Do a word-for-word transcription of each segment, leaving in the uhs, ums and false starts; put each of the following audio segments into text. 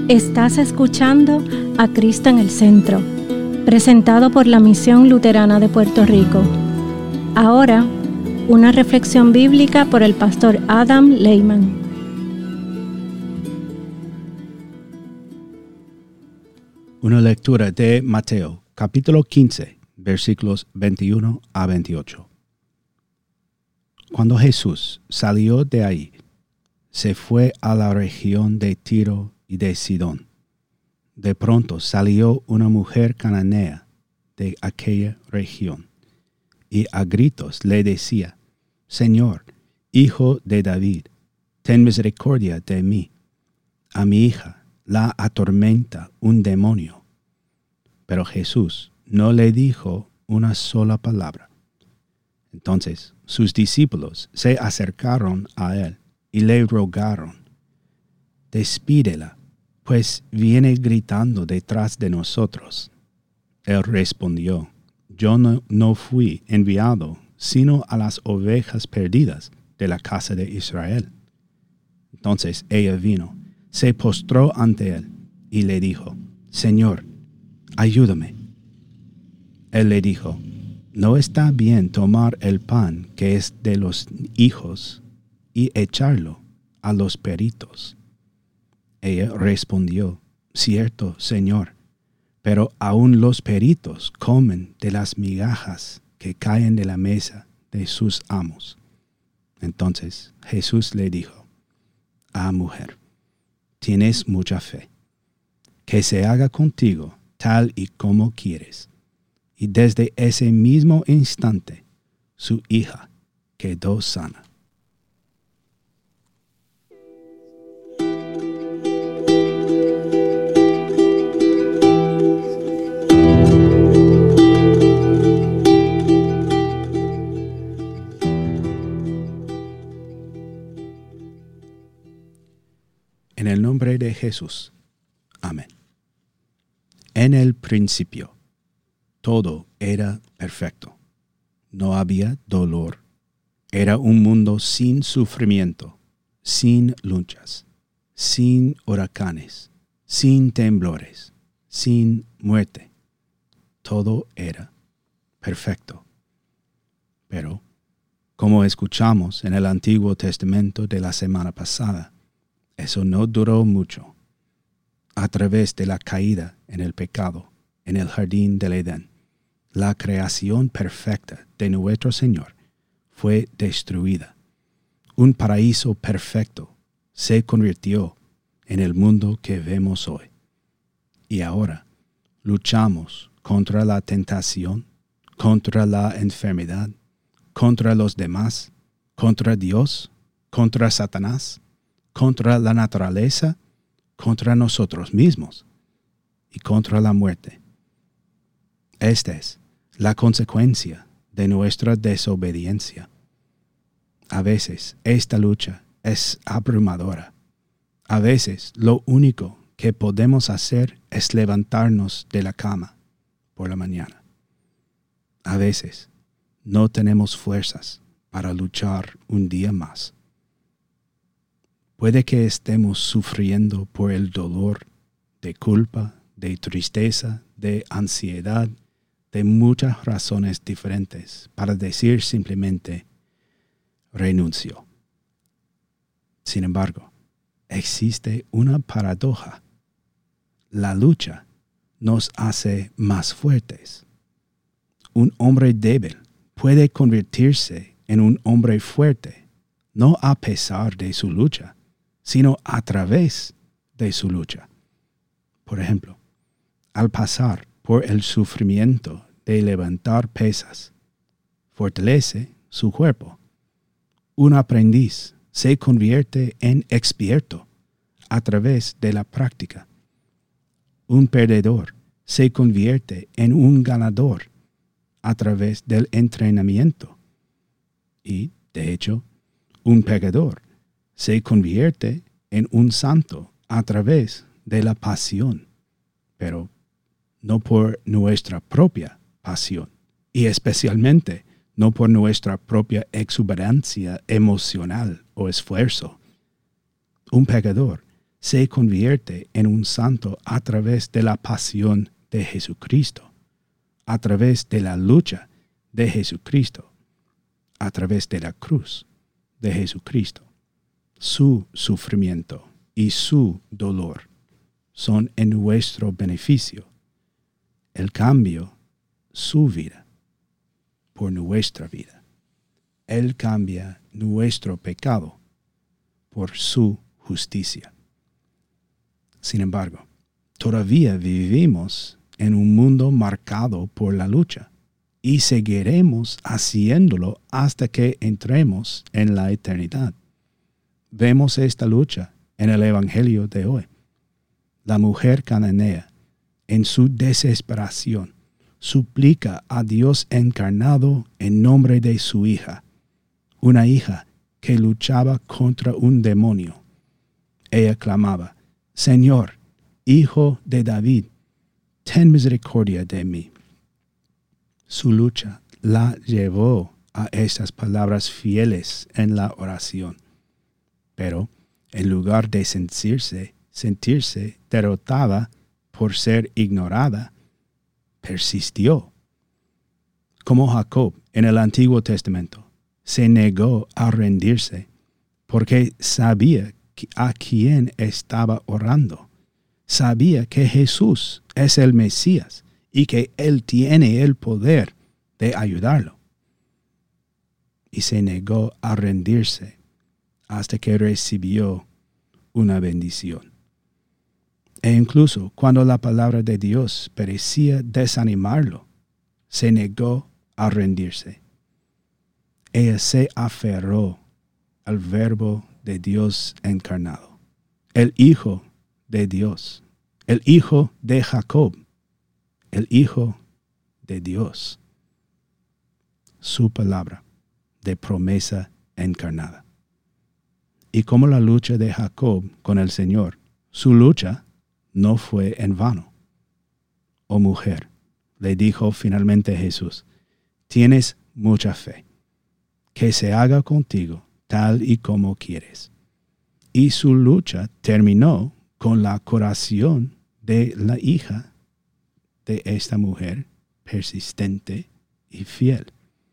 Estás escuchando a Cristo en el Centro, presentado por la Misión Luterana de Puerto Rico. Ahora, una reflexión bíblica por el pastor Adam Lehman. Una lectura de Mateo, capítulo quince, versículos veintiuno a veintiocho. Cuando Jesús salió de ahí, se fue a la región de Tiro y de Sidón. De pronto salió una mujer cananea de aquella región, y a gritos le decía: Señor, Hijo de David, ten misericordia de mí. A mi hija la atormenta un demonio. Pero Jesús no le dijo una sola palabra. Entonces sus discípulos se acercaron a él y le rogaron: Despídela, pues viene gritando detrás de nosotros. Él respondió: Yo no, no fui enviado sino a las ovejas perdidas de la casa de Israel. Entonces ella vino, se postró ante él y le dijo: Señor, ayúdame. Él le dijo: No está bien tomar el pan que es de los hijos y echarlo a los perritos. Ella respondió: Cierto, Señor, pero aun los perritos comen de las migajas que caen de la mesa de sus amos. Entonces Jesús le dijo: Ah, mujer, tienes mucha fe. Que se haga contigo tal y como quieres. Y desde ese mismo instante, su hija quedó sana. En el nombre de Jesús. Amén. En el principio, todo era perfecto. No había dolor. Era un mundo sin sufrimiento, sin luchas, sin huracanes, sin temblores, sin muerte. Todo era perfecto. Pero, como escuchamos en el Antiguo Testamento de la semana pasada, eso no duró mucho. A través de la caída en el pecado, en el jardín del Edén, la creación perfecta de nuestro Señor fue destruida. Un paraíso perfecto se convirtió en el mundo que vemos hoy. Y ahora luchamos contra la tentación, contra la enfermedad, contra los demás, contra Dios, contra Satanás, contra la naturaleza, contra nosotros mismos y contra la muerte. Esta es la consecuencia de nuestra desobediencia. A veces esta lucha es abrumadora. A veces lo único que podemos hacer es levantarnos de la cama por la mañana. A veces no tenemos fuerzas para luchar un día más. Puede que estemos sufriendo por el dolor de culpa, de tristeza, de ansiedad, de muchas razones diferentes para decir simplemente renuncio. Sin embargo, existe una paradoja. La lucha nos hace más fuertes. Un hombre débil puede convertirse en un hombre fuerte, no a pesar de su lucha, sino a través de su lucha. Por ejemplo, al pasar por el sufrimiento de levantar pesas, fortalece su cuerpo. Un aprendiz se convierte en experto a través de la práctica. Un perdedor se convierte en un ganador a través del entrenamiento. Y, de hecho, un pecador se convierte en un santo a través de la pasión, pero no por nuestra propia pasión, y especialmente no por nuestra propia exuberancia emocional o esfuerzo. Un pecador se convierte en un santo a través de la pasión de Jesucristo, a través de la lucha de Jesucristo, a través de la cruz de Jesucristo. Su sufrimiento y su dolor son en nuestro beneficio. El cambio, su vida, por nuestra vida. Él cambia nuestro pecado por su justicia. Sin embargo, todavía vivimos en un mundo marcado por la lucha y seguiremos haciéndolo hasta que entremos en la eternidad. Vemos esta lucha en el Evangelio de hoy. La mujer cananea, en su desesperación, suplica a Dios encarnado en nombre de su hija, una hija que luchaba contra un demonio. Ella clamaba: Señor, Hijo de David, ten misericordia de mí. Su lucha la llevó a estas palabras fieles en la oración. Pero, en lugar de sentirse, sentirse derrotada por ser ignorada, persistió. Como Jacob en el Antiguo Testamento, se negó a rendirse porque sabía a quién estaba orando. Sabía que Jesús es el Mesías y que Él tiene el poder de ayudarlo. Y se negó a rendirse hasta que recibió una bendición. E incluso cuando la palabra de Dios parecía desanimarlo, se negó a rendirse. Ella se aferró al Verbo de Dios encarnado, el Hijo de Dios, el Hijo de Jacob, el Hijo de Dios. Su palabra de promesa encarnada. Y como la lucha de Jacob con el Señor, su lucha no fue en vano. Oh mujer, le dijo finalmente Jesús, tienes mucha fe, que se haga contigo tal y como quieres. Y su lucha terminó con la curación de la hija de esta mujer persistente y fiel.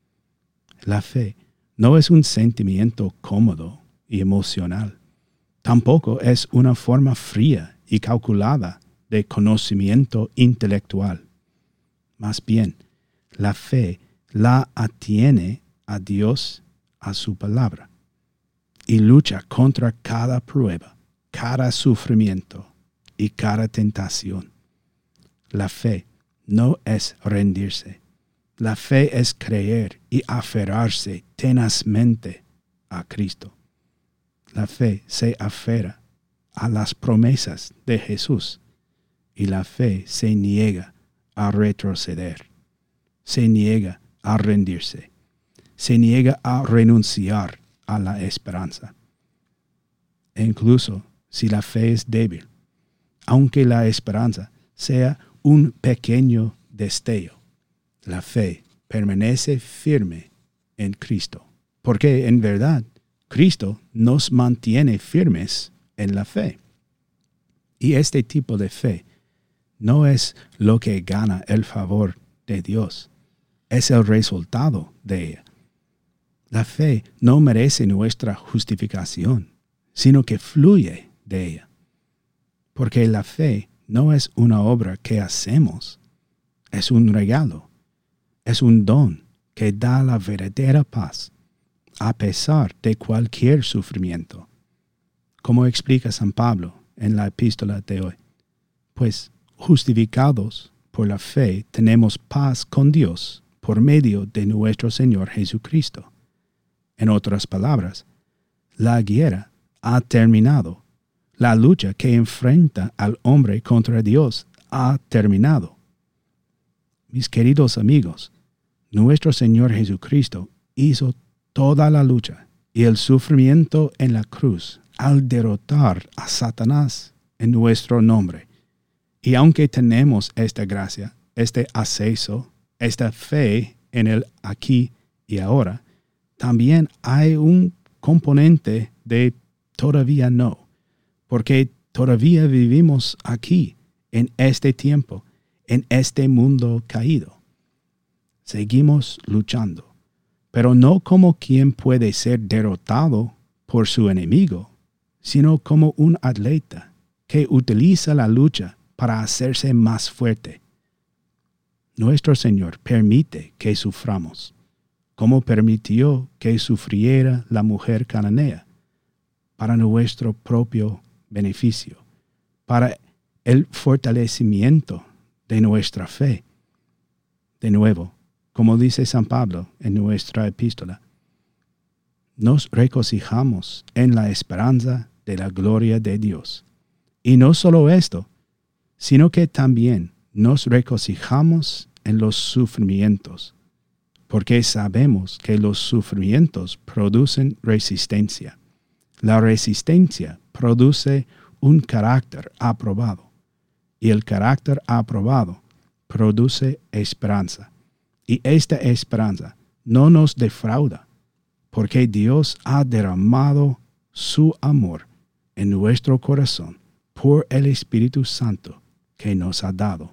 La fe no es un sentimiento cómodo y emocional. Tampoco es una forma fría y calculada de conocimiento intelectual. Más bien, la fe la atiene a Dios, a su palabra, y lucha contra cada prueba, cada sufrimiento y cada tentación. La fe no es rendirse. La fe es creer y aferrarse tenazmente a Cristo. La fe se aferra a las promesas de Jesús y la fe se niega a retroceder. Se niega a rendirse. Se niega a renunciar a la esperanza. E incluso si la fe es débil, aunque la esperanza sea un pequeño destello, la fe permanece firme en Cristo, porque en verdad Cristo nos mantiene firmes en la fe. Y este tipo de fe no es lo que gana el favor de Dios, es el resultado de ella. La fe no merece nuestra justificación, sino que fluye de ella. Porque la fe no es una obra que hacemos, es un regalo, es un don que da la verdadera paz, a pesar de cualquier sufrimiento. Como explica San Pablo en la epístola de hoy, pues justificados por la fe tenemos paz con Dios por medio de nuestro Señor Jesucristo. En otras palabras, la guerra ha terminado. La lucha que enfrenta al hombre contra Dios ha terminado. Mis queridos amigos, nuestro Señor Jesucristo hizo toda la lucha y el sufrimiento en la cruz al derrotar a Satanás en nuestro nombre. Y aunque tenemos esta gracia, este acceso, esta fe en el aquí y ahora, también hay un componente de todavía no, porque Todavía vivimos aquí, en este tiempo, en este mundo caído. Seguimos luchando, pero no como quien puede ser derrotado por su enemigo, sino como un atleta que utiliza la lucha para hacerse más fuerte. Nuestro Señor permite que suframos, como permitió que sufriera la mujer cananea, para nuestro propio beneficio, para el fortalecimiento de nuestra fe. De nuevo, como dice San Pablo en nuestra epístola, nos regocijamos en la esperanza de la gloria de Dios. Y no solo esto, sino que también nos regocijamos en los sufrimientos, porque sabemos que los sufrimientos producen resistencia. La resistencia produce un carácter aprobado, y el carácter aprobado produce esperanza. Y esta esperanza no nos defrauda, porque Dios ha derramado su amor en nuestro corazón por el Espíritu Santo que nos ha dado.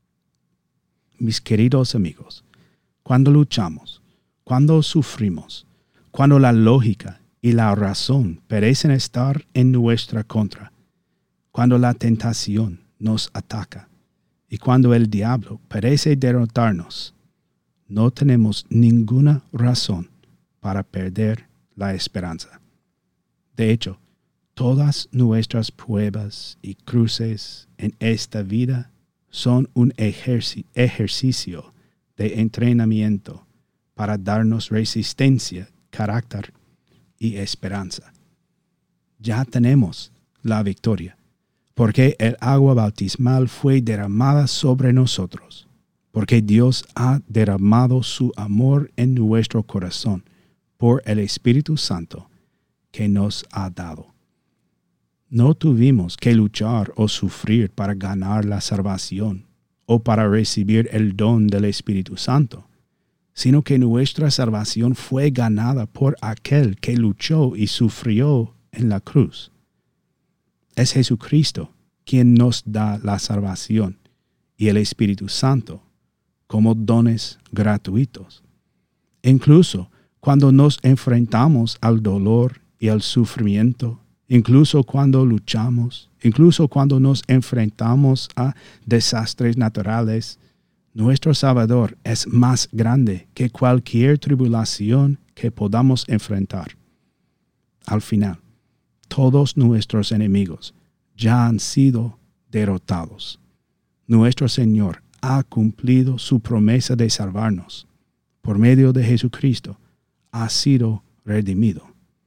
Mis queridos amigos, cuando luchamos, cuando sufrimos, cuando la lógica y la razón parecen estar en nuestra contra, cuando la tentación nos ataca y cuando el diablo parece derrotarnos, no tenemos ninguna razón para perder la esperanza. De hecho, todas nuestras pruebas y cruces en esta vida son un ejerci- ejercicio de entrenamiento para darnos resistencia, carácter y esperanza. Ya tenemos la victoria, porque el agua bautismal fue derramada sobre nosotros, porque Dios ha derramado su amor en nuestro corazón por el Espíritu Santo que nos ha dado. No tuvimos que luchar o sufrir para ganar la salvación o para recibir el don del Espíritu Santo, sino que nuestra salvación fue ganada por aquel que luchó y sufrió en la cruz. Es Jesucristo quien nos da la salvación y el Espíritu Santo como dones gratuitos. Incluso cuando nos enfrentamos al dolor y al sufrimiento, incluso cuando luchamos, incluso cuando nos enfrentamos a desastres naturales, nuestro Salvador es más grande que cualquier tribulación que podamos enfrentar. Al final, todos nuestros enemigos ya han sido derrotados. Nuestro Señor ha cumplido su promesa de salvarnos. Por medio de Jesucristo, has sido redimido.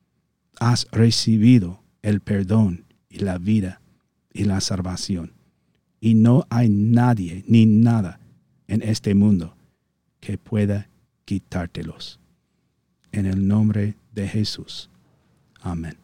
Has recibido el perdón y la vida y la salvación. Y no hay nadie ni nada en este mundo que pueda quitártelos. En el nombre de Jesús. Amén.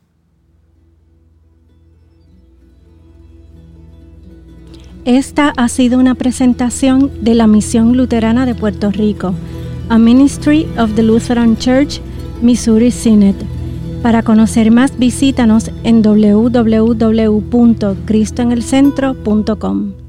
Esta ha sido una presentación de la Misión Luterana de Puerto Rico, a Ministry of the Lutheran Church, Missouri Synod. Para conocer más, visítanos en doble u doble u doble u punto cristo en el centro punto com.